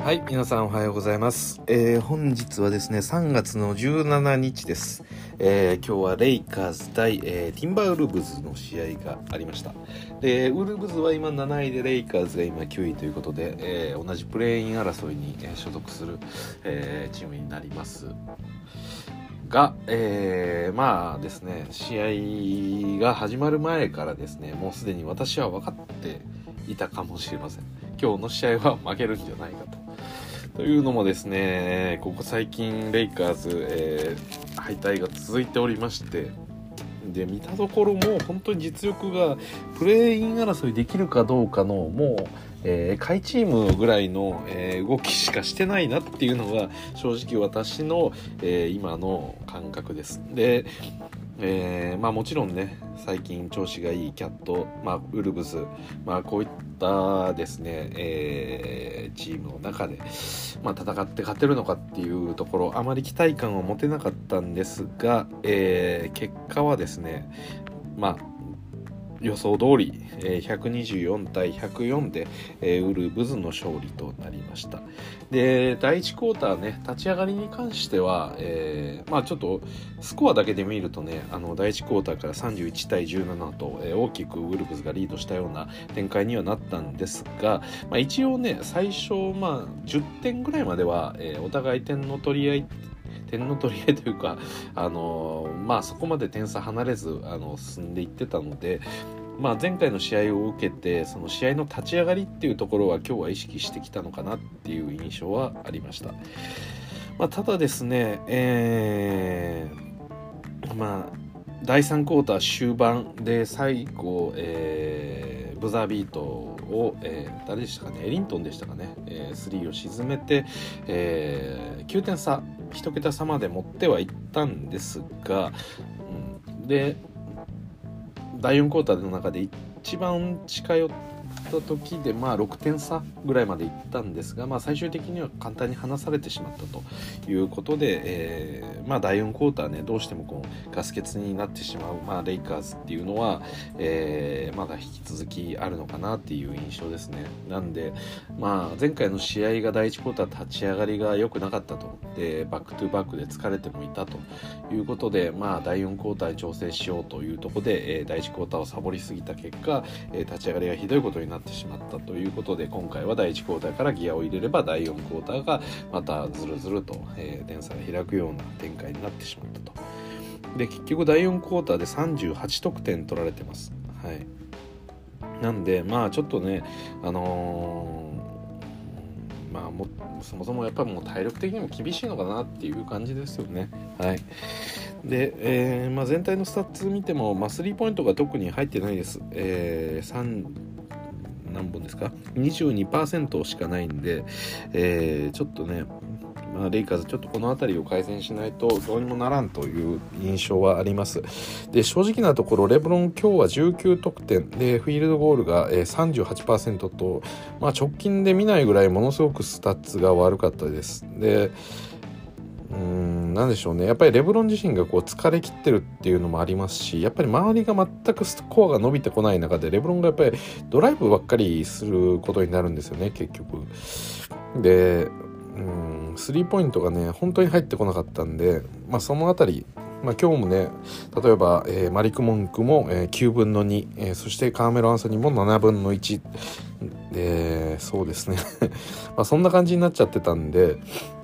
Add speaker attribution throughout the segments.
Speaker 1: はい、皆さんおはようございます。本日はですね、3月の17日です。今日はレイカーズ対、ティンバーウルブズの試合がありました。で、ウルブズは今7位で、レイカーズが今9位ということで、同じプレーイン争いに、所属する、チームになりますが、まあですね、試合が始まる前からですね、もうすでに私は分かっていたかもしれません。今日の試合は負けるんじゃないかというのもですね、ここ最近レイカーズ、敗退が続いておりまして、で見たところもう本当に実力がプレーイン争いできるかどうかのもう、下位チームぐらいの、動きしかしてないなっていうのが正直私の、今の感覚です。で、まあもちろんね、最近調子がいいキャット、ウルブズ、こういったですね、チームの中で、戦って勝てるのかっていうところ、あまり期待感を持てなかったんですが、結果はですね、予想通り、124対104で、ウルブズの勝利となりました。で、第1クォーターね、立ち上がりに関しては、ちょっとスコアだけで見るとね、第1クォーターから31対17と、大きくウルブズがリードしたような展開にはなったんですが、一応ね、最初、10点ぐらいまでは、お互い点の取り合いというか、そこまで点差離れず進んでいってたので、前回の試合を受けてその試合の立ち上がりっていうところは今日は意識してきたのかなっていう印象はありました。ただですね、第3クォーター終盤で最後、ブザービートを、誰でしたかね、エリントンでしたかね、スリーを沈めて、9点差1桁差まで持ってはいったんですが、で第4クォーターの中で一番近寄った時で6点差ぐらいまでいったんですが、最終的には簡単に離されてしまったということで、第4クォーターね、どうしてもこうガス欠になってしまう、レイカーズっていうのは、まだ引き続きあるのかなっていう印象ですね。なんで、前回の試合が第1クォーター立ち上がりが良くなかったと、でバックトゥバックで疲れてもいたということで、第4クォーターに調整しようというところで、第1クォーターをサボりすぎた結果、立ち上がりがひどいことになってしまったということで、今回は第1クォーターからギアを入れれば第4クォーターがまたずるずると、点差が開くような展開になってしまったと。で結局第4クォーターで38得点取られてます。はい、なんでちょっとね、そもそもやっぱりもう体力的にも厳しいのかなっていう感じですよね。はい。で、全体のスタッツ見ても、スリーポイントが特に入ってないです。何本ですか 22% しかないんで、ちょっとね、レイカーズちょっとこの辺りを改善しないとどうにもならんという印象はあります。で正直なところレブロン今日は19得点でフィールドゴールが 38% と、直近で見ないぐらいものすごくスタッツが悪かったです。でなんでしょうね、やっぱりレブロン自身がこう疲れ切ってるっていうのもありますし、やっぱり周りが全くスコアが伸びてこない中でレブロンがやっぱりドライブばっかりすることになるんですよね、結局。でスリーポイントがね本当に入ってこなかったんで、そのあたり、今日もね、例えば、マリク・モンクも、9分の2、そしてカーメロ・アンソニーも7分の1で、そうですねそんな感じになっちゃってたんで、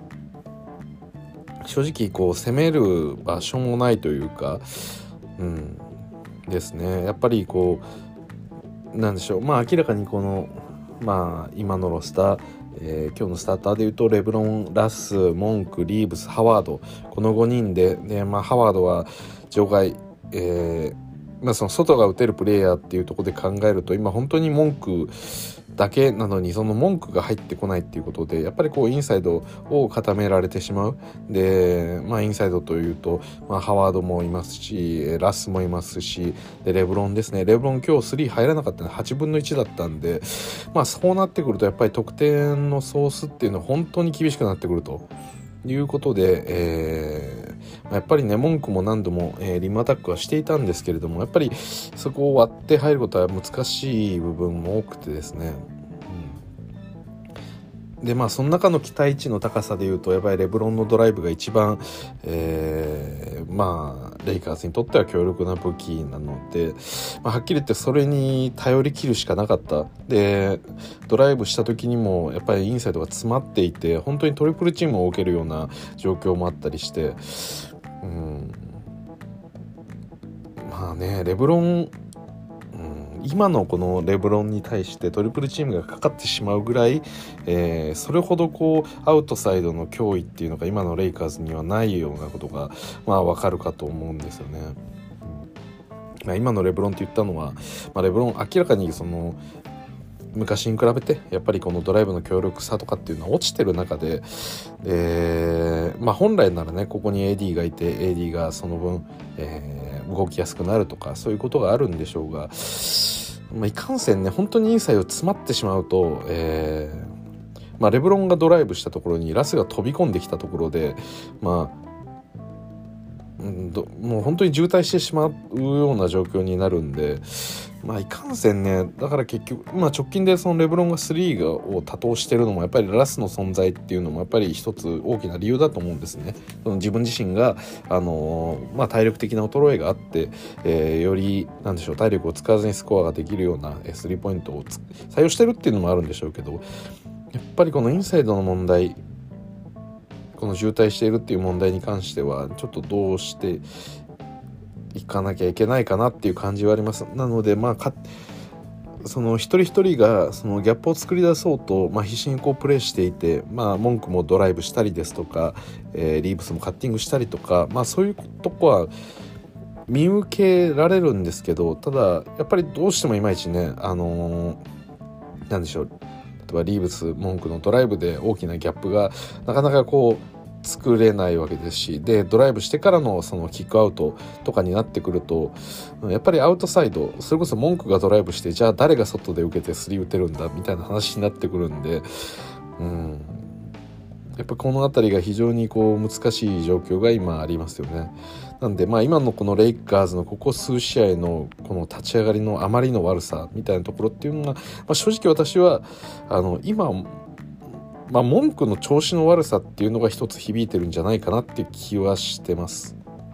Speaker 1: 正直こう攻める場所もないというか、ですね、やっぱりこうなんでしょう、明らかにこの今のロスター、今日のスターターでいうとレブロン、ラス、モンク、リーブス、ハワード、この5人で、ハワードは場外、その外が打てるプレイヤーっていうところで考えると今本当にモンクだけなのにその文句が入ってこないっていうことで、やっぱりこうインサイドを固められてしまう。で、インサイドというと、ハワードもいますしラスもいますし、でレブロンですね。レブロン今日3入らなかったので8分の1だったんで、そうなってくるとやっぱり得点のソースっていうのは本当に厳しくなってくるということで、やっぱりね文句も何度も、リムアタックはしていたんですけれども、やっぱりそこを割って入ることは難しい部分も多くてですね、 でその中の期待値の高さでいうとやっぱりレブロンのドライブが一番、レイカーズにとっては強力な武器なので、はっきり言ってそれに頼り切るしかなかった。でドライブした時にもやっぱりインサイドが詰まっていて本当にトリプルチームを受けるような状況もあったりして、レブロン、今のこのレブロンに対してトリプルチームがかかってしまうぐらい、それほどアウトサイドの脅威っていうのが今のレイカーズにはないようなことがわかるかと思うんですよね。今のレブロンって言ったのは、レブロン明らかにその昔に比べてやっぱりこのドライブの強力さとかっていうのは落ちてる中で、本来ならねここに AD がいて AD がその分、動きやすくなるとかそういうことがあるんでしょうが、いかんせんね本当にインサイド詰まってしまうと、レブロンがドライブしたところにラスが飛び込んできたところでもう本当に渋滞してしまうような状況になるんで、いかんせんねだから結局、直近でそのレブロンが3を多投してるのもやっぱりラスの存在っていうのもやっぱり一つ大きな理由だと思うんですね。その自分自身が、体力的な衰えがあって、より体力を使わずにスコアができるようなスリーポイントを採用してるっていうのもあるんでしょうけど、やっぱりこのインサイドの問題、この渋滞しているっていう問題に関してはちょっとどうしていかなきゃいけないかなっていう感じはあります。なのでその一人一人がそのギャップを作り出そうと、必死にプレーしていて、文句もドライブしたりですとか、リーブスもカッティングしたりとか、そういうとこは見受けられるんですけど、ただやっぱりどうしてもいまいちね例えばリーブス文句のドライブで大きなギャップがなかなか作れないわけですし、でドライブしてからのそのキックアウトとかになってくるとやっぱりアウトサイド、それこそ文句がドライブしてじゃあ誰が外で受けてスリー打てるんだみたいな話になってくるんで、やっぱこの辺りが非常に難しい状況が今ありますよね。なんで今のこのレイカーズのここ数試合のこの立ち上がりのあまりの悪さみたいなところっていうのが、正直私は今文句の調子の悪さっていうのが一つ響いてるんじゃないかなっていう気はしてます。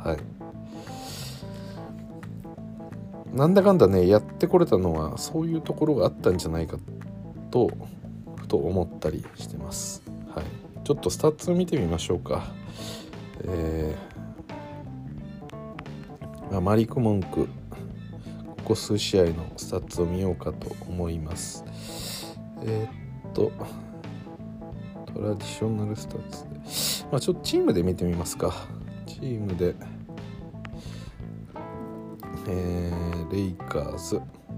Speaker 1: なんだかんだねやってこれたのはそういうところがあったんじゃないかとふと思ったりしてます。ちょっとスタッツを見てみましょうか。マリク・モンクここ数試合のスタッツを見ようかと思います。トラディショナルスタッツで、ちょっとチームで見てみますか。チームで、レイカーズ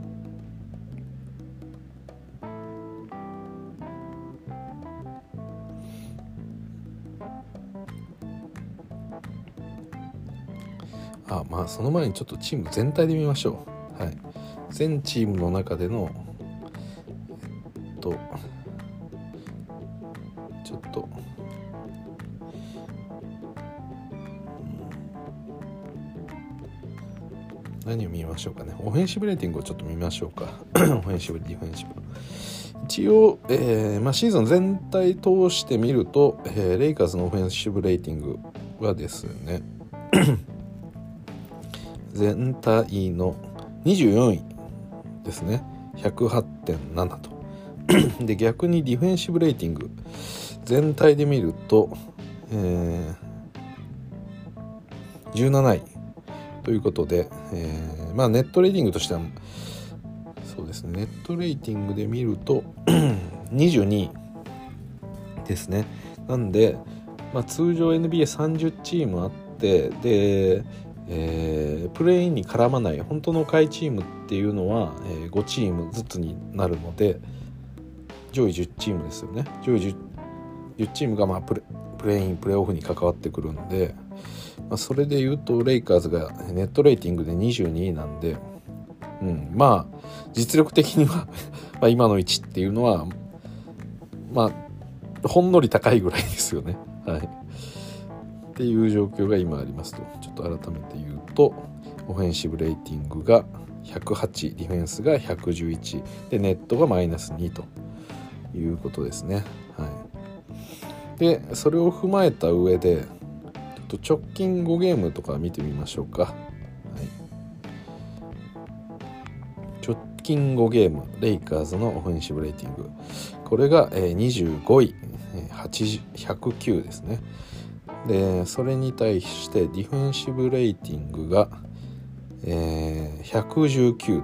Speaker 1: その前にちょっとチーム全体で見ましょう。全チームの中でのちょっと何を見ましょうかね。オフェンシブレーティングをちょっと見ましょうか。オフェンシブディフェンシブ、一応、シーズン全体通して見ると、レイカーズのオフェンシブレーティングはですね全体の24位ですね。 108.7 とで逆にディフェンシブレーティング全体で見ると、17位ということで、ネットレーティングとしてはそうですね、ネットレーティングで見ると22位ですね。なんで、通常 NBA30 チームあってで、プレーインに絡まない本当の下位チームっていうのは、5チームずつになるので上位10チームですよね。上位 10チームがプレーインプレーオフに関わってくるんで、それでいうとレイカーズがネットレーティングで22位なんで、実力的には今の位置っていうのはほんのり高いぐらいですよね。っていう状況が今ありますと。ちょっと改めて言うとオフェンシブレーティングが108、ディフェンスが111でネットがマイナス2ということですね。はい。でそれを踏まえた上でちょっと直近5ゲームとか見てみましょうか。はい、直近5ゲームレイカーズのオフェンシブレーティング、これが25位109ですね。でそれに対してディフェンシブレーティングが、119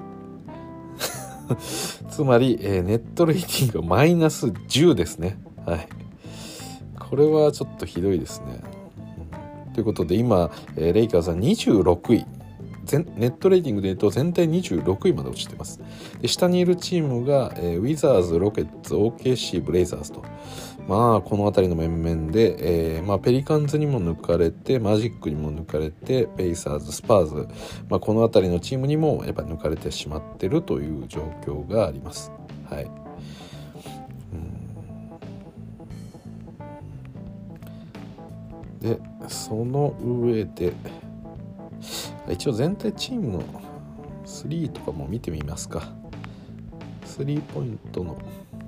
Speaker 1: つまり、ネットレーティングがマイナス10ですね。はい、これはちょっとひどいですね。ということで今、レイカーズは26位、ネットレーティングでいうと全体26位まで落ちてます。で下にいるチームが、ウィザーズ、ロケッツ、OKC、ブレイザーズと、まあこの辺りの面々で、ペリカンズにも抜かれて、マジックにも抜かれて、ペイサーズ、スパーズ、この辺りのチームにもやっぱ抜かれてしまってるという状況があります。はい。でその上で一応全体チームの3とかも見てみますか。スリーポイントの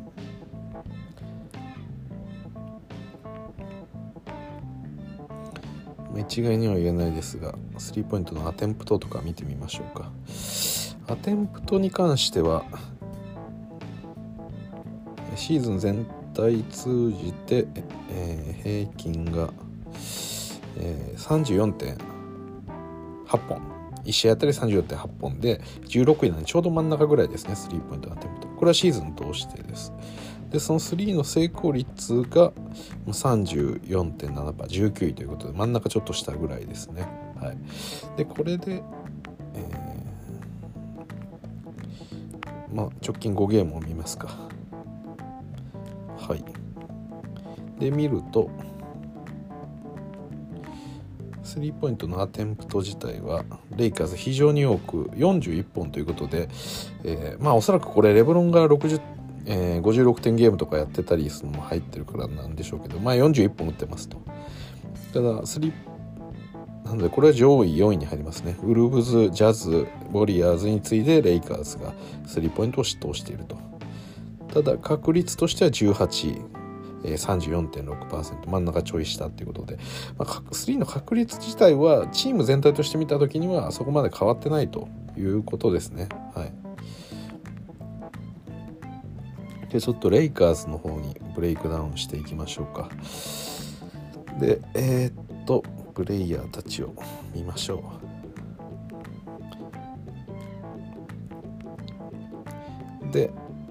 Speaker 1: 一概には言えないですが、スリーポイントのアテンプトとか見てみましょうか。アテンプトに関してはシーズン全体通じて、平均が、34.8 本、1試合あたり 34.8 本で16位なのでちょうど真ん中ぐらいですね。スリーポイントのアテンプト、これはシーズン通してです。でその3の成功率が 34.7%、 19位ということで真ん中ちょっと下ぐらいですね。はい、でこれで、直近5ゲームを見ますか。はい。で見るとスリーポイントのアテンプト自体はレイカーズ非常に多く41本ということで、おそらくこれレブロンが56点ゲームとかやってたりするのも入ってるからなんでしょうけど、41本打ってますと。ただなのでこれは上位4位に入りますね。ウルブズ、ジャズ、ウォリアーズに次いでレイカーズがスリーポイントを執刀していると。ただ確率としては18位、34.6%、 真ん中ちょい下っていうことで、3の確率自体はチーム全体として見た時にはそこまで変わってないということですね。はい。でちょっとレイカーズの方にブレイクダウンしていきましょうか。でプレイヤーたちを見ましょう。で、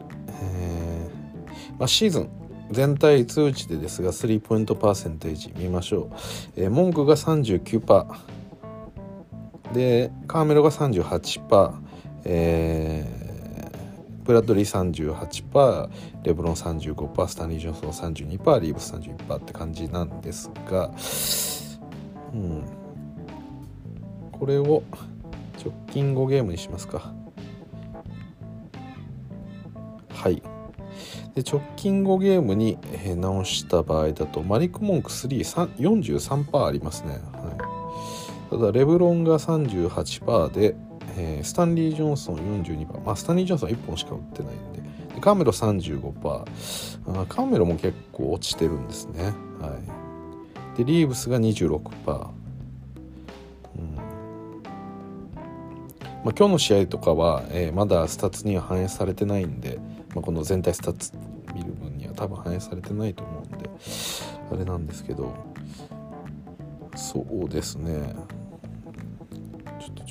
Speaker 1: シーズン全体通じてですがスリーポイントパーセンテージ見ましょう。モンクが 39%でカーメロが 38%、ブラッドリー 38%、レブロン 35%、スタンリー・ジョンソン 32%、リーブス 31% って感じなんですが、これを直近5ゲームにしますか。はい。で直近5ゲームに直した場合だとマリック・モンク 43% ありますね。はい、ただレブロンが 38% で、スタンリー・ジョンソン 42%、スタンリー・ジョンソン1本しか打ってないんで、カーメロ 35%、カーメロも結構落ちてるんですね。はい、でリーブスが 26%、今日の試合とかは、まだスタッツには反映されてないんで、この全体スタッツ見る分には多分反映されてないと思うんであれなんですけど、そうですね、ちょっと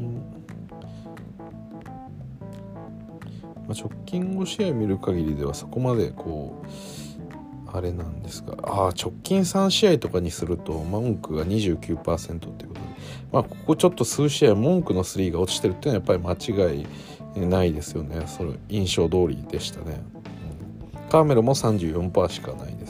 Speaker 1: 直近5試合見る限りではそこまであれなんですが、直近3試合とかにするとモンクが 29% っていうことで、ここちょっと数試合モンクの3が落ちてるっていうのはやっぱり間違いないですよね。それ印象通りでしたね。カーメロも 34% しかないです。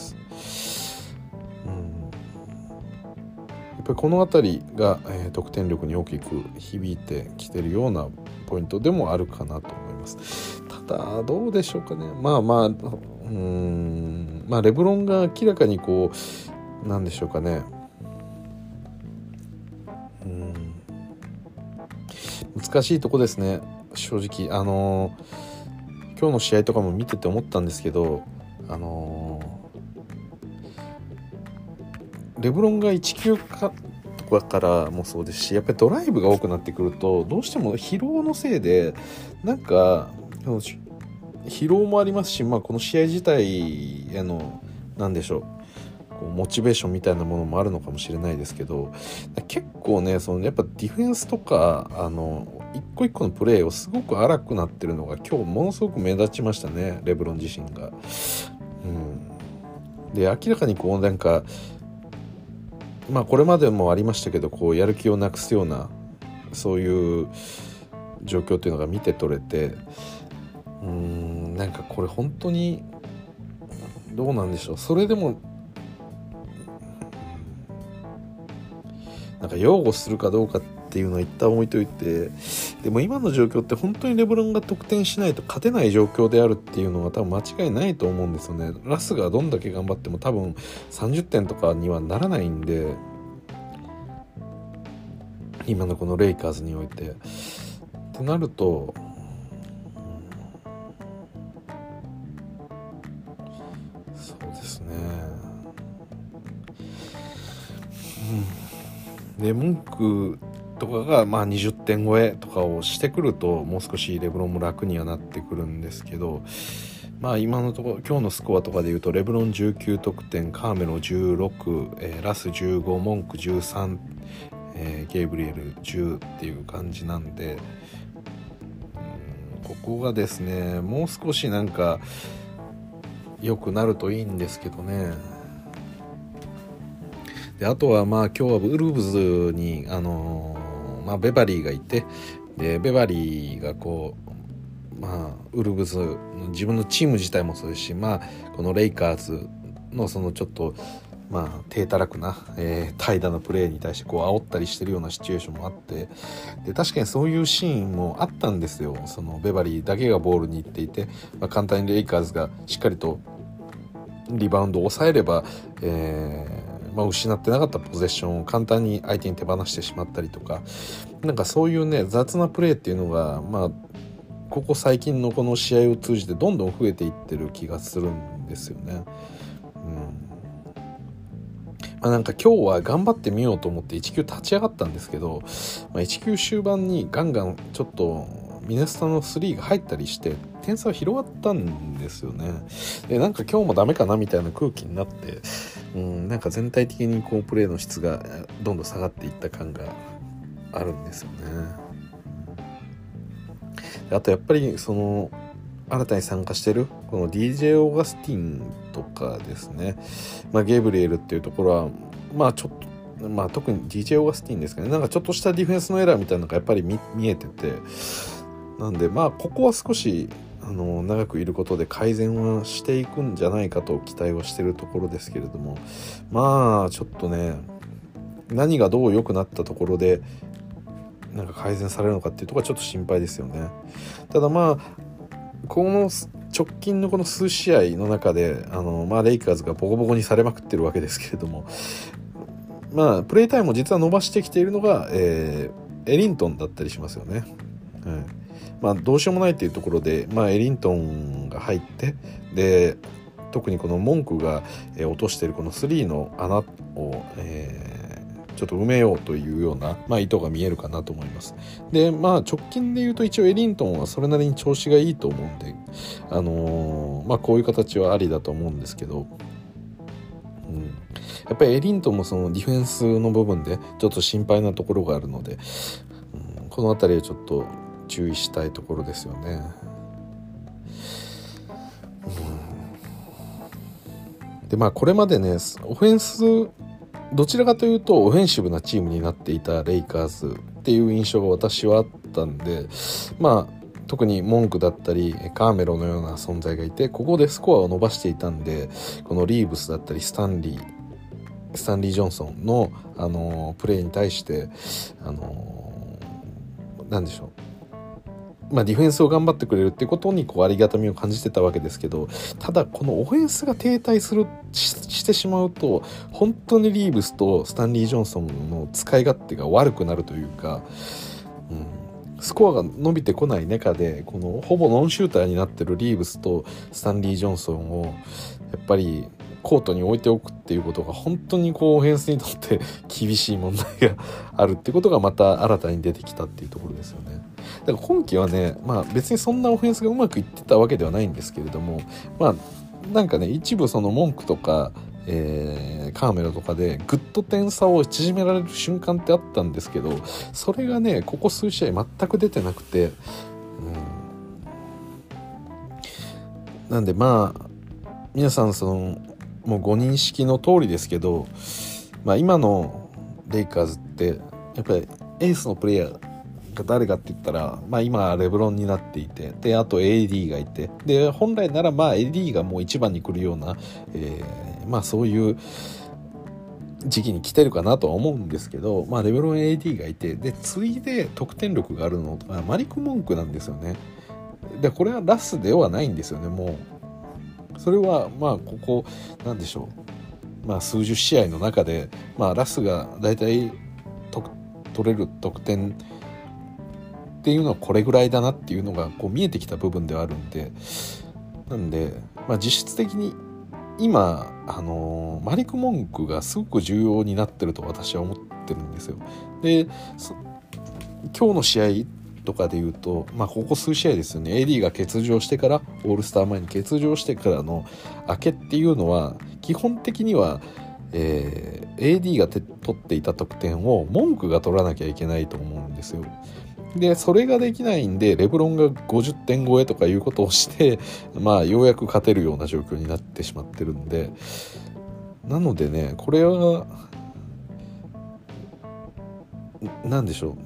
Speaker 1: やっぱりこの辺りが、得点力に大きく響いてきてるようなポイントでもあるかなと思います。ただどうでしょうかね。レブロンが明らかになんでしょうかね、難しいとこですね、正直。今日の試合とかも見てて思ったんですけど、 レブロンが1級かとかからもそうですし、やっぱりドライブが多くなってくるとどうしても疲労のせいでなんか疲労もありますし、この試合自体へのなんでしょう、モチベーションみたいなものもあるのかもしれないですけど、結構ねやっぱディフェンスとか一個一個のプレーをすごく荒くなってるのが今日ものすごく目立ちましたね、レブロン自身が。で明らかになんかこれまでもありましたけどやる気をなくすようなそういう状況っていうのが見て取れて、なんかこれ本当にどうなんでしょう。それでもなんか擁護するかどうかっていうのは一旦置いといて、でも今の状況って本当にレブロンが得点しないと勝てない状況であるっていうのは多分間違いないと思うんですよね。ラスがどんだけ頑張っても多分30点とかにはならないんで、今のこのレイカーズにおいてってなると、そうですね、で文句とかが20点超えとかをしてくるともう少しレブロンも楽にはなってくるんですけど、今のところ今日のスコアとかでいうとレブロン19得点、カーメロ16、ラス15、モンク13、ゲイブリエル10っていう感じなんで、ここがですねもう少しなんか良くなるといいんですけどね。であとは今日はウルブズにベバリーがいて、でベバリーがウルブズの自分のチーム自体もそうですし、このレイカーズのそのちょっと低たらくな、怠惰なプレーに対して煽ったりしてるようなシチュエーションもあって、で確かにそういうシーンもあったんですよ。そのベバリーだけがボールに行っていて、簡単にレイカーズがしっかりとリバウンドを抑えれば、失ってなかったポゼッションを簡単に相手に手放してしまったりとか、なんかそういうね雑なプレーっていうのがここ最近のこの試合を通じてどんどん増えていってる気がするんですよね。なんか今日は頑張ってみようと思って1球立ち上がったんですけど、1球終盤にガンガンちょっとミネスタの3が入ったりして点差は広がったんですよね。でなんか今日もダメかなみたいな空気になって、なんか全体的にプレーの質がどんどん下がっていった感があるんですよね。あとやっぱりその新たに参加してるこの DJ オーガスティンとかですね、ゲイブリエルっていうところはちょっと特に DJ オーガスティンですかね、なんかちょっとしたディフェンスのエラーみたいなのがやっぱり 見えてて、なんでここは少し長くいることで改善はしていくんじゃないかと期待はしてるところですけれども、ちょっとね何がどう良くなったところでなんか改善されるのかっていうところはちょっと心配ですよね。ただこの直近のこの数試合の中でレイカーズがボコボコにされまくってるわけですけれども、プレイタイムを実は伸ばしてきているのが、エリントンだったりしますよね。どうしようもないっていうところで、エリントンが入って、で特にこのモンクが落としているこの3の穴を、ちょっと埋めようというような、意図が見えるかなと思います。で直近で言うと一応エリントンはそれなりに調子がいいと思うんで、こういう形はありだと思うんですけど、やっぱりエリントンもそのディフェンスの部分でちょっと心配なところがあるので、この辺りはちょっと注意したいところですよね。でこれまでねオフェンスどちらかというとオフェンシブなチームになっていたレイカーズっていう印象が私はあったんで、特にモンクだったりカーメロのような存在がいて、ここでスコアを伸ばしていたんで、このリーブスだったりスタンリー・ジョンソンの、プレーに対してなんでしょう、ディフェンスを頑張ってくれるっていうことにありがたみを感じてたわけですけど、ただこのオフェンスが停滞してしまうと本当にリーブスとスタンリー・ジョンソンの使い勝手が悪くなるというか、 スコアが伸びてこない中でこのほぼノンシューターになってるリーブスとスタンリー・ジョンソンをやっぱりコートに置いておくっていうことが本当にこうオフェンスにとって厳しい問題があるってことがまた新たに出てきたっていうところですよね。だから今季はね、別にそんなオフェンスがうまくいってたわけではないんですけれども、なんかね一部その文句とか、カーメラとかでぐっと点差を縮められる瞬間ってあったんですけど、それがねここ数試合全く出てなくて、なんで皆さんもうご認識の通りですけど、今のレイカーズってやっぱりエースのプレイヤーが誰かって言ったら、今レブロンになっていて、であと AD がいて、で本来ならAD がもう一番に来るような、そういう時期に来てるかなとは思うんですけど、レブロン AD がいて、で次いで得点力があるのがマリク・モンクなんですよね。でこれはラスではないんですよね。もうそれはここなんでしょう、数十試合の中で、ラスがだいたい取れる得点っていうのはこれぐらいだなっていうのがこう見えてきた部分ではあるんで、実質的に今マリク・モンクがすごく重要になってると私は思ってるんですよ。で今日の試合とかでいうと、ここ数試合ですよね。 AD が欠場してから、オールスター前に欠場してからの明けっていうのは基本的には、AD が取っていた得点をモンクが取らなきゃいけないと思うんですよ。でそれができないんでレブロンが50点超えとかいうことをして、ようやく勝てるような状況になってしまってるんで、なのでねこれはなんでしょう、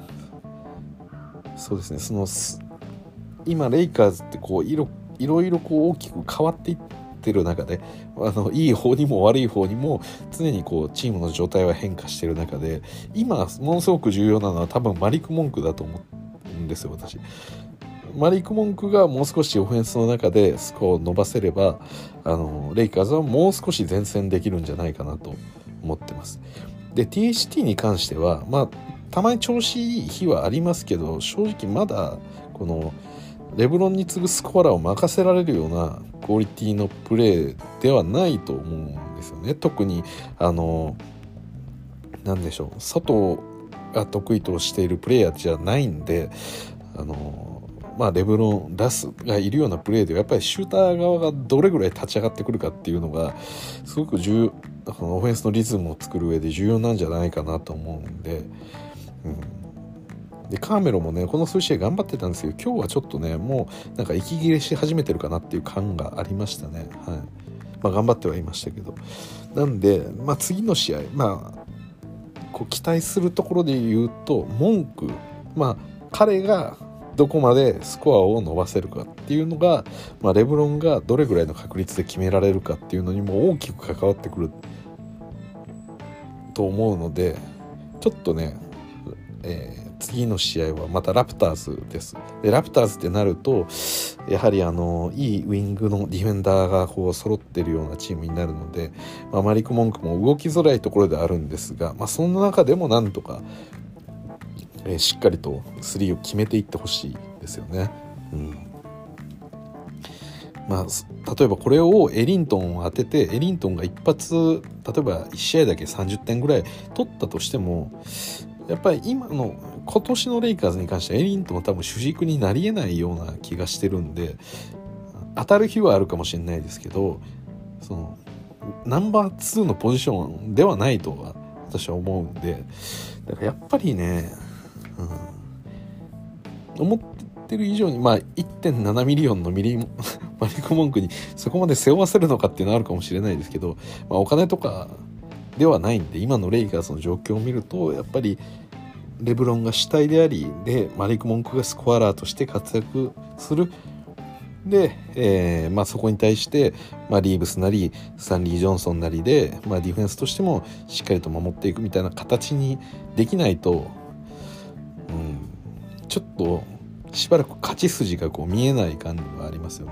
Speaker 1: そうですね、今レイカーズってこういろいろこう大きく変わっていってる中で、いい方にも悪い方にも常にこうチームの状態は変化している中で、今ものすごく重要なのは多分マリク・モンクだと思うんですよ。私マリク・モンクがもう少しオフェンスの中でスコアを伸ばせればレイカーズはもう少し前線できるんじゃないかなと思ってます。で THT に関してはたまに調子いい日はありますけど、正直まだこのレブロンに次ぐスコアラーを任せられるようなクオリティのプレーではないと思うんですよね。特になんでしょう、外が得意としているプレイヤーじゃないんで、レブロンラスがいるようなプレーではやっぱりシューター側がどれぐらい立ち上がってくるかっていうのがすごくオフェンスのリズムを作る上で重要なんじゃないかなと思うんで、でカーメロもねこの数試合頑張ってたんですけど、今日はちょっとねもうなんか息切れし始めてるかなっていう感がありましたね。頑張ってはいましたけど、なんで次の試合こう期待するところで言うと文句、彼がどこまでスコアを伸ばせるかっていうのが、レブロンがどれぐらいの確率で決められるかっていうのにも大きく関わってくると思うので、ちょっとね、次の試合はまたラプターズです。でラプターズってなるとやはりいいウイングのディフェンダーがこう揃っているようなチームになるので、マリク・モンクも動きづらいところであるんですが、そんな中でもなんとか、しっかりとスリーを決めていってほしいですよね。例えばこれをエリントンを当ててエリントンが一発例えば1試合だけ30点ぐらい取ったとしても、やっぱり今年のレイカーズに関してはエリントンは多分主軸になり得ないような気がしてるんで、当たる日はあるかもしれないですけどナンバー2のポジションではないとは私は思うんで、だからやっぱりね、思ってる以上に1.7 ミリオンのマリク・モンクにそこまで背負わせるのかっていうのはあるかもしれないですけど、お金とかではないんで、今のレイカーズの状況を見るとやっぱりレブロンが主体であり、でマリク・モンクがスコアラーとして活躍する。で、そこに対して、リーブスなりスタンリー・ジョンソンなりで、ディフェンスとしてもしっかりと守っていくみたいな形にできないと、ちょっとしばらく勝ち筋がこう見えない感じがありますよね。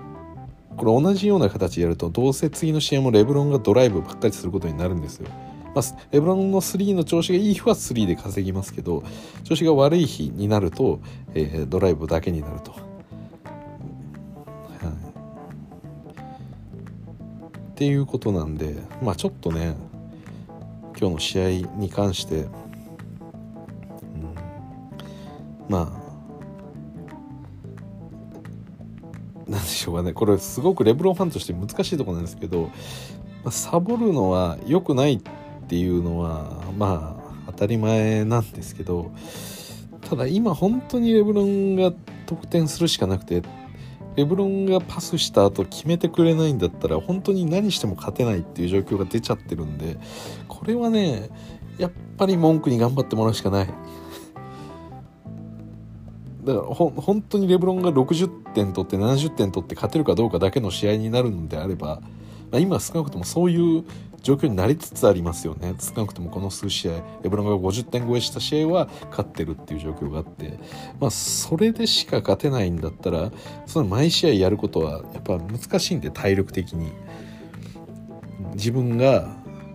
Speaker 1: これ同じような形でやるとどうせ次の試合もレブロンがドライブばっかりすることになるんですよ。 レブロンの3の調子がいい日は3で稼ぎますけど、調子が悪い日になると、ドライブだけになると、っていうことなんで、ちょっとね今日の試合に関して、なんでしょうかね、これすごくレブロンファンとして難しいところなんですけど、サボるのは良くないっていうのは当たり前なんですけど、ただ今本当にレブロンが得点するしかなくて、レブロンがパスした後決めてくれないんだったら本当に何しても勝てないっていう状況が出ちゃってるんで、これはねやっぱり文句に頑張ってもらうしかない。だから本当にレブロンが60点取って70点取って勝てるかどうかだけの試合になるのであれば、今少なくともそういう状況になりつつありますよね。少なくともこの数試合レブロンが50点超えした試合は勝ってるっていう状況があって、それでしか勝てないんだったら、その毎試合やることはやっぱ難しいんで、体力的に自分が、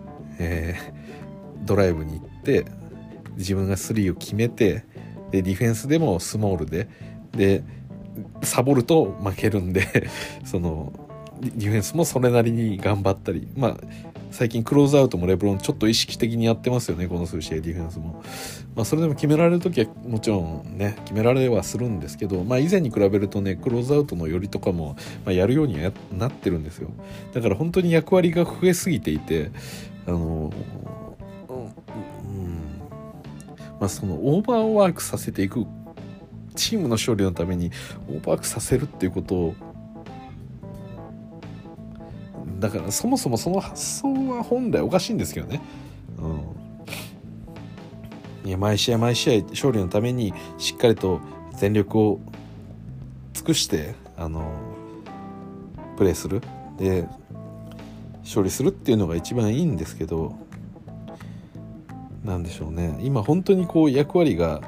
Speaker 1: ドライブに行って自分がスリーを決めて、でディフェンスでもスモールでサボると負けるんでそのディフェンスもそれなりに頑張ったり、最近クローズアウトもレブロンちょっと意識的にやってますよね、この数試合ディフェンスも。それでも決められるときはもちろんね決められはするんですけど、以前に比べるとねクローズアウトの寄りとかも、やるようにはなってるんですよ。だから本当に役割が増えすぎていて、そのオーバーワークさせていく、チームの勝利のためにオーバーワークさせるっていうことを、だからそもそもその発想は本来おかしいんですけどね、いや毎試合勝利のためにしっかりと全力を尽くしてプレーする、で勝利するっていうのが一番いいんですけど、なんでしょうね、今本当にこう役割が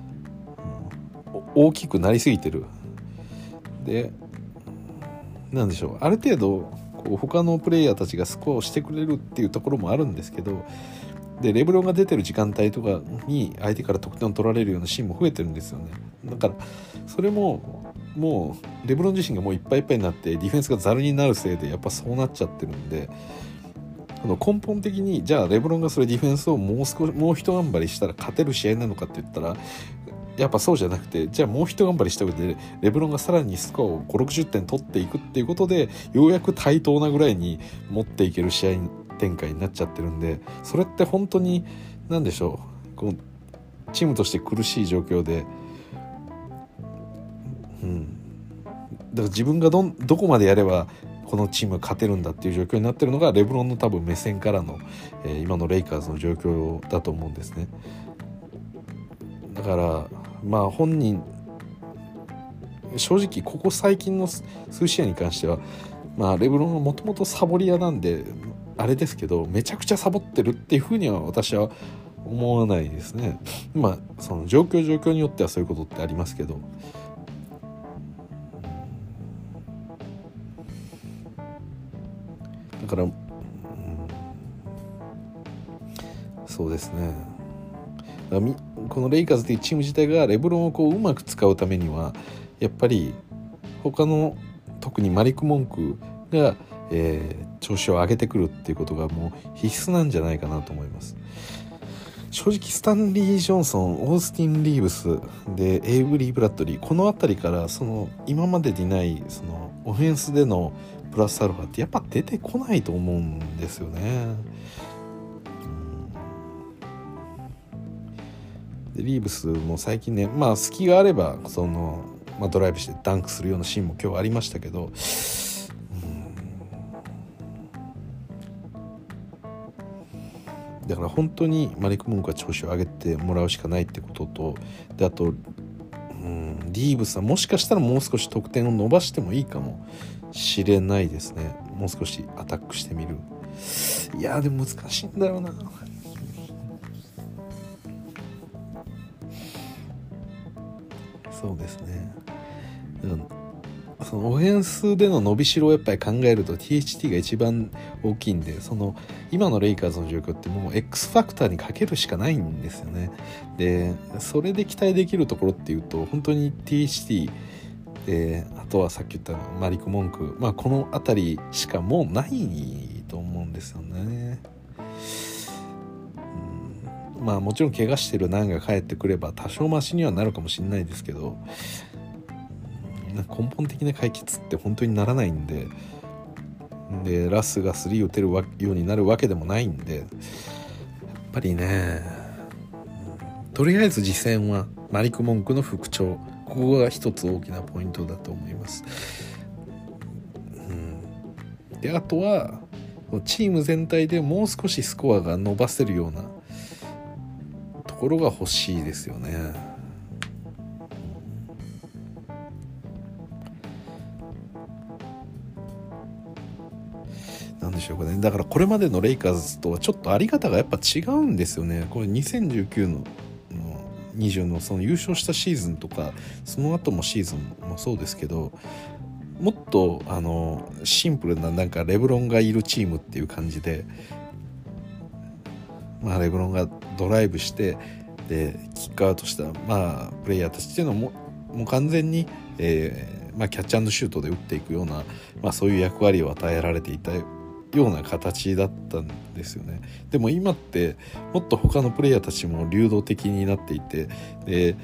Speaker 1: 大きくなりすぎてる。でなんでしょう、ある程度こう他のプレイヤーたちがスコアをしてくれるっていうところもあるんですけど、でレブロンが出てる時間帯とかに相手から得点を取られるようなシーンも増えてるんですよね。だからそれももうレブロン自身がもういっぱいいっぱいになってディフェンスがザルになるせいでやっぱそうなっちゃってるんで、根本的にじゃあレブロンがそれディフェンスをもう一頑張りしたら勝てる試合なのかって言ったらやっぱそうじゃなくて、じゃあもう一頑張りした上でレブロンがさらにスコアを5、60点取っていくっていうことでようやく対等なぐらいに持っていける試合展開になっちゃってるんで、それって本当に何でしょう、こうチームとして苦しい状況で、だから自分がどこまでやればこのチームが勝てるんだっていう状況になってるのがレブロンの多分目線からの、今のレイカーズの状況だと思うんですね。だから本人正直ここ最近の数試合に関しては、レブロンはもともとサボり屋なんであれですけど、めちゃくちゃサボってるっていうふうには私は思わないですね。その状況によってはそういうことってありますけど、だから、そうですね、このレイカーズというチーム自体がレブロンをこううまく使うためにはやっぱり他の特にマリック・モンクが、調子を上げてくるっていうことがもう必須なんじゃないかなと思います。正直スタンリー・ジョンソン、オースティン・リーブスでエイブリー・ブラッドリー、この辺りからその今までにないそのオフェンスでのプラスアルファってやっぱ出てこないと思うんですよね。でリーブスも最近ね、隙があればその、ドライブしてダンクするようなシーンも今日ありましたけど、だから本当にマリック・モンクは調子を上げてもらうしかないってことと、であと、リーブスはもしかしたらもう少し得点を伸ばしてもいいかもしれないですね。もう少しアタックしてみる。いやでも難しいんだよな。そうですね、 そのオフェンスでの伸びしろをやっぱり考えると THT が一番大きいんで、その今のレイカーズの状況ってもう X ファクターにかけるしかないんですよね。でそれで期待できるところっていうと本当に THT あとはさっき言ったマリク・モンク、この辺りしかもうないと思うんですよね。もちろん怪我してるナンが帰ってくれば多少マシにはなるかもしれないですけど、根本的な解決って本当にならないんで、ラスが3打てるようになるわけでもないんで、やっぱりね、とりあえず次戦はマリク・モンクの復調、ここが一つ大きなポイントだと思います。であとはチーム全体でもう少しスコアが伸ばせるようなところが欲しいですよね。なんでしょうかね。だからこれまでのレイカーズとはちょっとあり方がやっぱ違うんですよね。これ2019の20のその優勝したシーズンとかその後もシーズンもそうですけど、もっとシンプルななんかレブロンがいるチームっていう感じで、レブロンがドライブしてでキックアウトしたプレイヤーたちっていうのはもう完全に、キャッチ&シュートで打っていくような、そういう役割を与えられていたような形だったんですよね。でも今ってもっと他のプレイヤーたちも流動的になっていて、で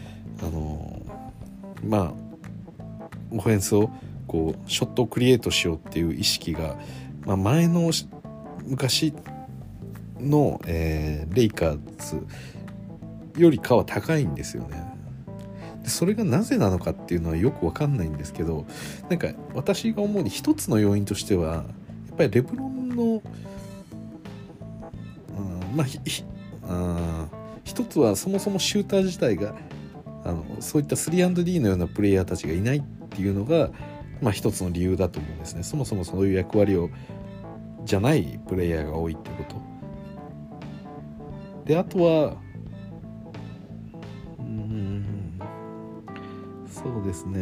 Speaker 1: オフェンスをこうショットをクリエイトしようっていう意識が、前の昔の、レイカーズよりかは高いんですよね。でそれがなぜなのかっていうのはよく分かんないんですけど、なんか私が思うに一つの要因としてはやっぱりレブロンの一つはそもそもシューター自体がそういった 3&D のようなプレイヤーたちがいないっていうのが、一つの理由だと思うんですね。そもそもそういう役割をじゃないプレイヤーが多いってことで、あとはそうですね、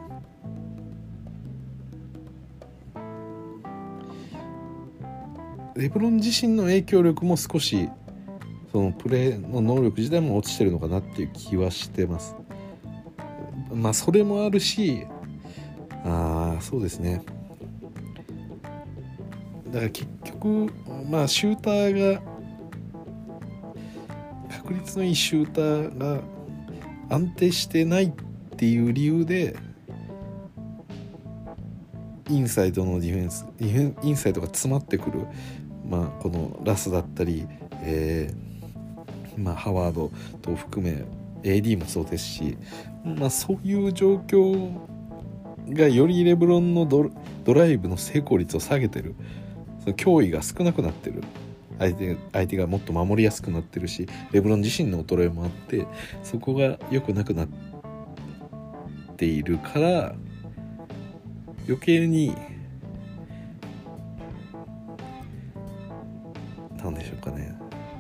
Speaker 1: レブロン自身の影響力も少しそのプレーの能力自体も落ちてるのかなっていう気はしてます。それもあるし、そうですね、だから結局シューターが確率のいいシューターが安定してないっていう理由でインサイドのディフェンスインサイドが詰まってくる、このラスだったり、ハワードと含め AD もそうですし、そういう状況がよりレブロンのドライブの成功率を下げてる、その脅威が少なくなってる、相手がもっと守りやすくなってるし、レブロン自身の衰えもあってそこが良くなくなっているから余計になんでしょうかね、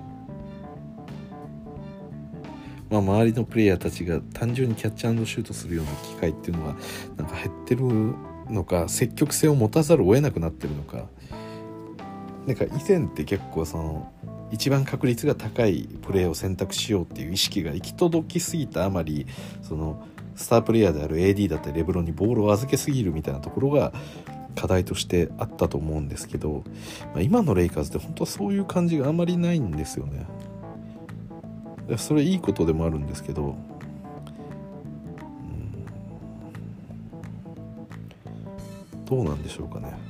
Speaker 1: 周りのプレイヤーたちが単純にキャッチ&シュートするような機会っていうのがなんか減ってるのか、積極性を持たざるを得なくなってるのか、なんか以前って結構その一番確率が高いプレーを選択しようっていう意識が行き届きすぎたあまり、そのスタープレイヤーである AD だったりレブロンにボールを預けすぎるみたいなところが課題としてあったと思うんですけど、今のレイカーズって本当はそういう感じがあまりないんですよね。それいいことでもあるんですけど、どうなんでしょうかね。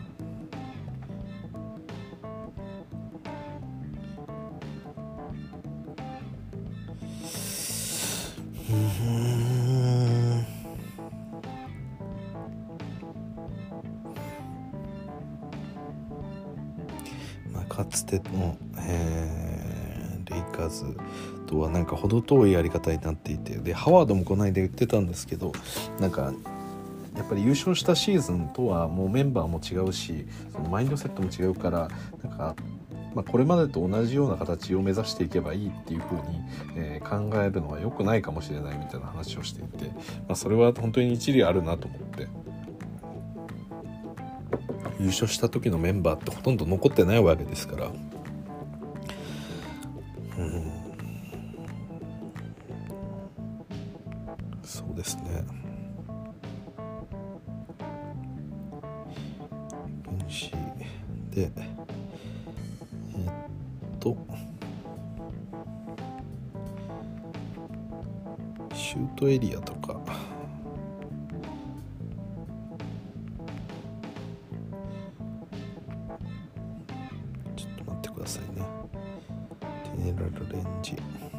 Speaker 1: かつての、レイカーズとはなんか程遠いやり方になっていて、でハワードもこの間言ってたんですけど、なんかやっぱり優勝したシーズンとはもうメンバーも違うし、そのマインドセットも違うから、なんか、これまでと同じような形を目指していけばいいっていう風に、考えるのは良くないかもしれないみたいな話をしていて、それは本当に一理あるなと思って、 優勝した時のメンバーってほとんど残ってないわけですから、そうですね。分子でシュートエリアとかちょっと待ってくださいね。テネラルレンジ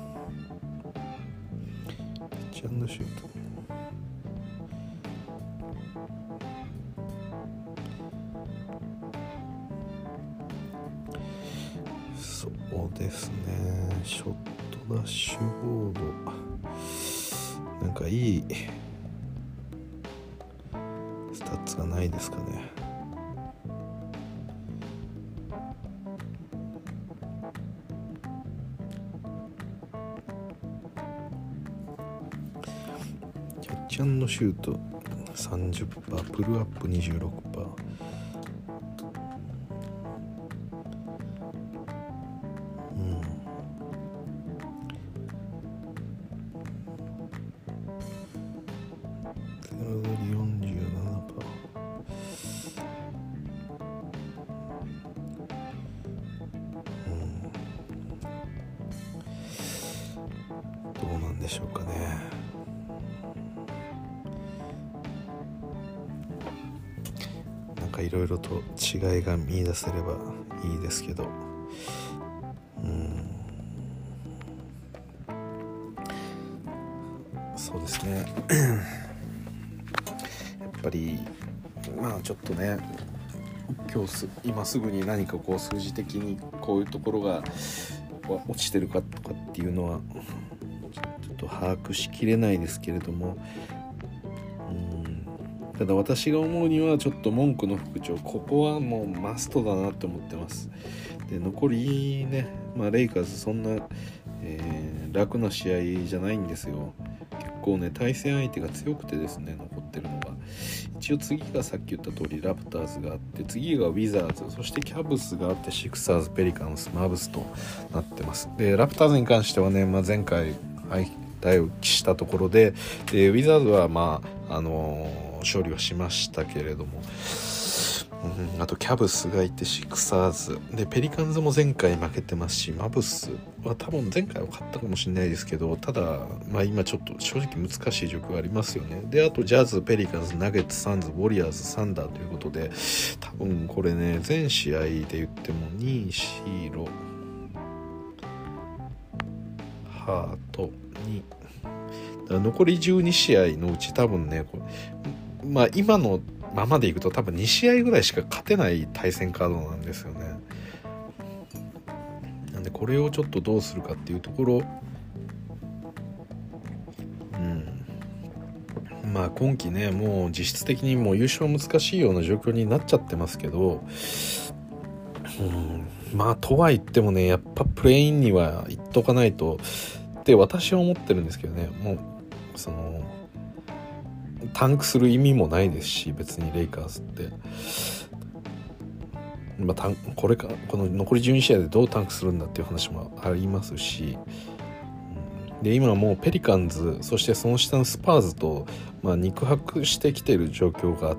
Speaker 1: キャッチ&シュート、そうですね。ショットダッシュボード、なんかいいスタッツがないですかね。キャッチ&シュート 30%、 プルアップ 26%、どうなんでしょうかね。なんかいろいろと違いが見出せればいいですけど、そうですね。やっぱりまあちょっとね、今すぐに何かこう数字的にこういうところが落ちてるかとかっていうのはちょっと把握しきれないですけれども、ただ私が思うにはちょっと文句の副長、ここはもうマストだなって思ってます。で残りね、レイカーズそんな、楽な試合じゃないんですよ。結構ね対戦相手が強くてですね、残ってるのが一応次がさっき言った通りラプターズがあって、次がウィザーズ、そしてキャブスがあって、シクサーズ、ペリカンス、マブスとなってます。でラプターズに関してはね、前回対応したところで、ウィザーズは勝利はしましたけれども、あとキャブスがいて、シクサーズで、ペリカンズも前回負けてますし、マブスは多分前回は勝ったかもしれないですけど、ただ今ちょっと正直難しい状況がありますよね。であとジャズ、ペリカンズ、ナゲッツ、サンズ、ウォリアーズ、サンダーということで、多分これね全試合で言っても2位シーロ、ハートに残り12試合のうち多分ね、今のままでいくと多分2試合ぐらいしか勝てない対戦カードなんですよね。なんでこれをちょっとどうするかっていうところ、今季ねもう実質的にもう優勝は難しいような状況になっちゃってますけど、とは言ってもね、やっぱプレインには行っとかないとって私は思ってるんですけどね。もうタンクする意味もないですし、別にレイカーズってこの残り12試合でどうタンクするんだっていう話もありますし、で今もうペリカンズ、そしてその下のスパーズと、肉薄してきてる状況があって、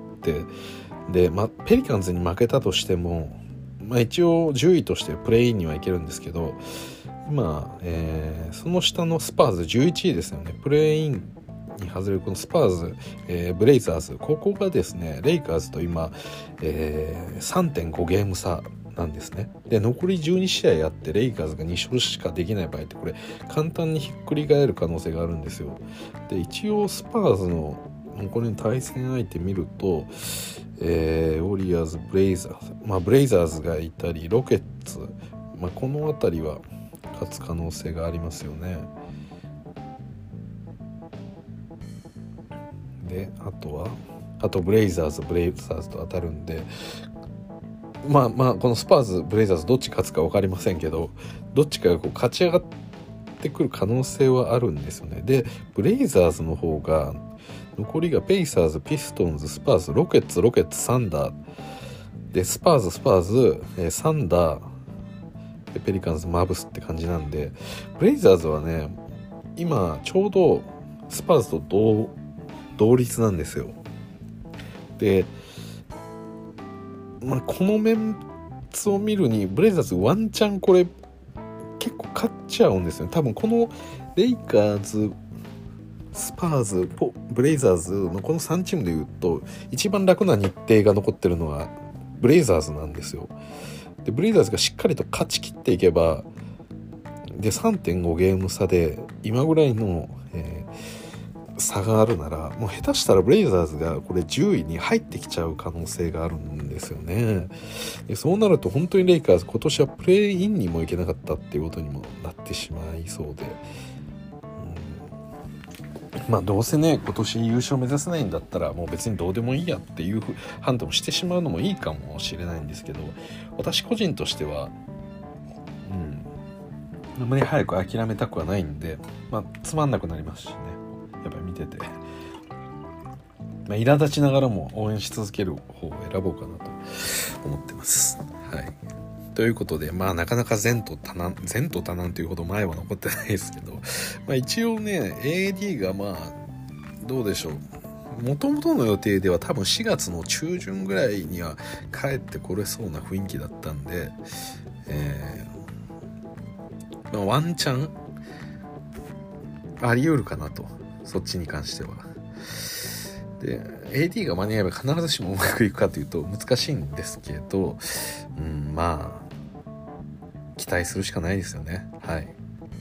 Speaker 1: で、ペリカンズに負けたとしても、一応10位としてプレイインにはいけるんですけど、今、その下のスパーズ11位ですよね。プレイインに外れるこのスパーズ、ブレイザーズ、ここがですねレイカーズと今、3.5 ゲーム差なんですね。で残り12試合あってレイカーズが2勝しかできない場合って、これ簡単にひっくり返る可能性があるんですよ。で一応スパーズのこれに対戦相手見ると、ウォリアーズ、ブレイザーズ、ブレイザーズがいたりロケッツ、この辺りは勝つ可能性がありますよね。であとブレイザーズと当たるんで、このスパーズブレイザーズどっち勝つか分かりませんけど、どっちかが勝ち上がってくる可能性はあるんですよね。でブレイザーズの方が残りがペイサーズ、ピストンズ、スパーズ、ロケッツ、サンダーでスパーズ、サンダー、ペリカンズ、マブスって感じなんで、ブレイザーズはね今ちょうどスパーズと同率なんですよ。で、このメンツを見るにブレイザーズワンチャンこれ結構勝っちゃうんですよね。多分このレイカーズ、スパーズ、ブレイザーズのこの3チームでいうと一番楽な日程が残ってるのはブレイザーズなんですよ。でブレイザーズがしっかりと勝ち切っていけばで 3.5 ゲーム差で今ぐらいの、差があるならもう下手したらブレイザーズがこれ10位に入ってきちゃう可能性があるんですよね。でそうなると本当にレイカーズ今年はプレイインにも行けなかったっていうことにもなってしまいそうで、どうせね今年優勝目指せないんだったらもう別にどうでもいいやっていう判断をしてしまうのもいいかもしれないんですけど、私個人としてはあまり早く諦めたくはないんで、つまんなくなりますしね、やっぱり見てて、苛立ちながらも応援し続ける方を選ぼうかなと思ってます。はい。ということで、なかなか前途多難というほど前は残ってないですけど、一応ね AD がどうでしょう、元々の予定では多分4月の中旬ぐらいには帰ってこれそうな雰囲気だったんで、ワンチャンあり得るかなと、そっちに関しては。で AD が間に合えば必ずしもうまくいくかというと難しいんですけど、期待するしかないですよね。はい。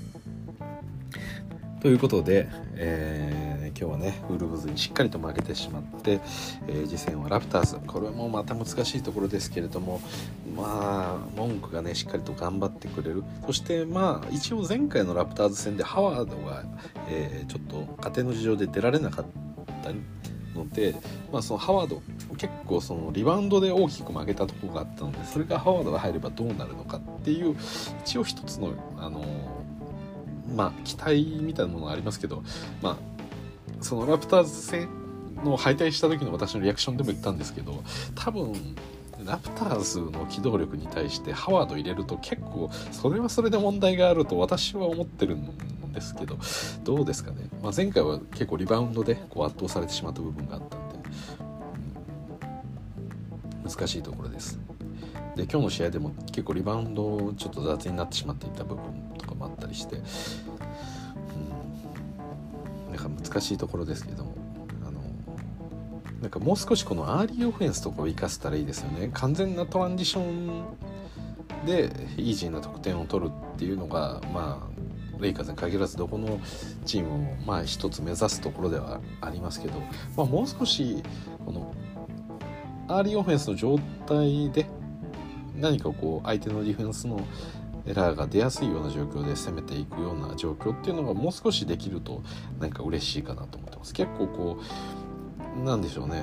Speaker 1: ということで、今日はねウルブズにしっかりと負けてしまって、次戦はラプターズ、これもまた難しいところですけれども、文句がねしっかりと頑張ってくれる。そして一応前回のラプターズ戦でハワードが、ちょっと家庭の事情で出られなかったので、そのハワード結構そのリバウンドで大きく負けたところがあったので、それがハワードが入ればどうなるのかっていう一応一つの期待みたいなものがありますけど、そのラプターズ戦の敗退した時の私のリアクションでも言ったんですけど、多分ラプターズの機動力に対してハワード入れると結構それはそれで問題があると私は思ってるんですけど、どうですかね。前回は結構リバウンドで圧倒されてしまった部分があったんで、難しいところです。で今日の試合でも結構リバウンドちょっと雑になってしまっていた部分とかもあったりして、難しいところですけども、もう少しこのアーリーオフェンスとかを生かせたらいいですよね。完全なトランジションでイージーな得点を取るっていうのがレイカーズに限らずどこのチームも一つ目指すところではありますけど、もう少しこのアーリーオフェンスの状態で何か相手のディフェンスのエラーが出やすいような状況で攻めていくような状況っていうのがもう少しできると嬉しいかなと思ってます。結構なんでしょうね、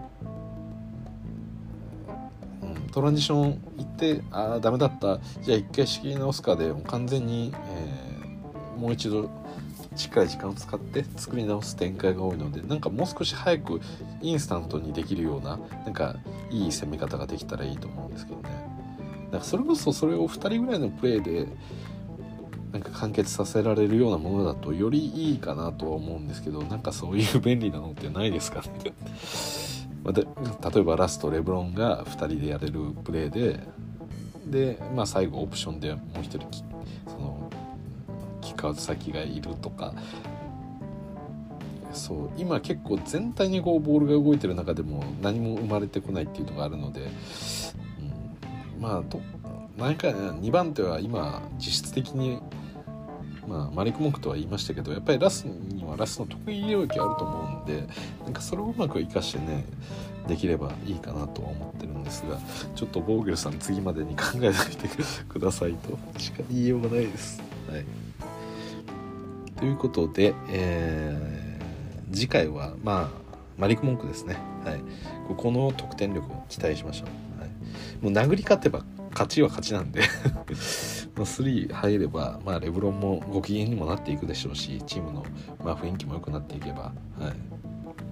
Speaker 1: トランジション行ってダメだった、じゃあ一回仕切り直すかで完全に、もう一度しっかり時間を使って作り直す展開が多いので、もう少し早くインスタントにできるようないい攻め方ができたらいいと思うんですけどね。それこそそれを2人ぐらいのプレーで完結させられるようなものだとよりいいかなとは思うんですけど、そういう便利なのってないですかね例えばラストレブロンが2人でやれるプレーで最後オプションでもう一人そのキックアウト先がいるとか、そう今結構全体にボールが動いてる中でも何も生まれてこないっていうのがあるので、2番手は今実質的にマリック・モンクとは言いましたけど、やっぱりラスにはラスの得意領域あると思うんで、それをうまく生かしてねできればいいかなとは思ってるんですが、ちょっとボーゲルさん次までに考えておいてくださいとしか言いようがないです。はい。ということで、次回はマリック・モンクですね。はい。この得点力を期待しましょう。はい、もう殴り勝てば勝ちは勝ちなんで3入ればレブロンもご機嫌にもなっていくでしょうし、チームの雰囲気も良くなっていけば、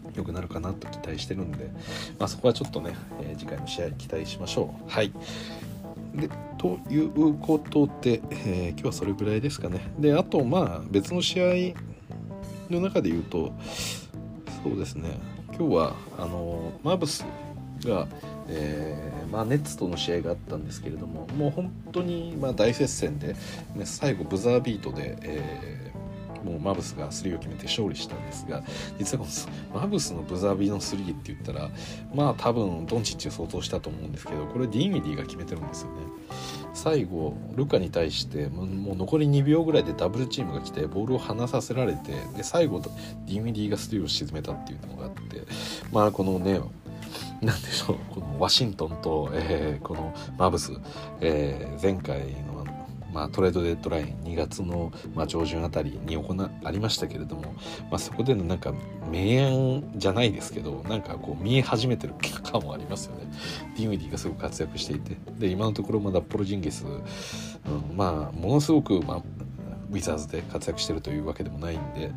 Speaker 1: 良くなるかなと期待してるんで、そこはちょっとね、次回の試合期待しましょう。はい。でということで、今日はそれぐらいですかね。であと別の試合の中で言うと、そうですね、今日はマブスが、ネッツとの試合があったんですけれども、もう本当に大接戦で、ね、最後ブザービートで、もうマブスがスリーを決めて勝利したんですが、実はこのマブスのブザービーのスリーって言ったら多分ドンチッチを想像したと思うんですけど、これディミディが決めてるんですよね。最後ルカに対してもう残り2秒ぐらいでダブルチームが来てボールを離させられて、で最後ディミディがスリーを沈めたっていうのがあって、このね、なんでしょう、このワシントンと、このマブス、前回のトレードデッドライン2月の、上旬あたりにありましたけれども、そこでのなんか明暗じゃないですけど、なんかこう見え始めてる感もありますよね。ディミディがすごく活躍していて、で今のところまだポルジンギス、ものすごく、ウィザーズで活躍してるというわけでもないんで、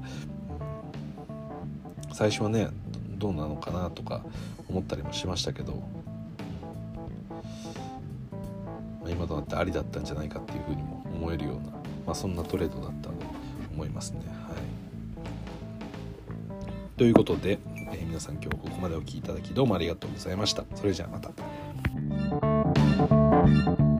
Speaker 1: 最初はねどうなのかなとか思ったりもしましたけど、今となってありだったんじゃないかっていうふうにも思えるような、そんなトレードだったと思いますね。はい、ということで、皆さん今日ここまでお聞きいただきどうもありがとうございました。それじゃあまた。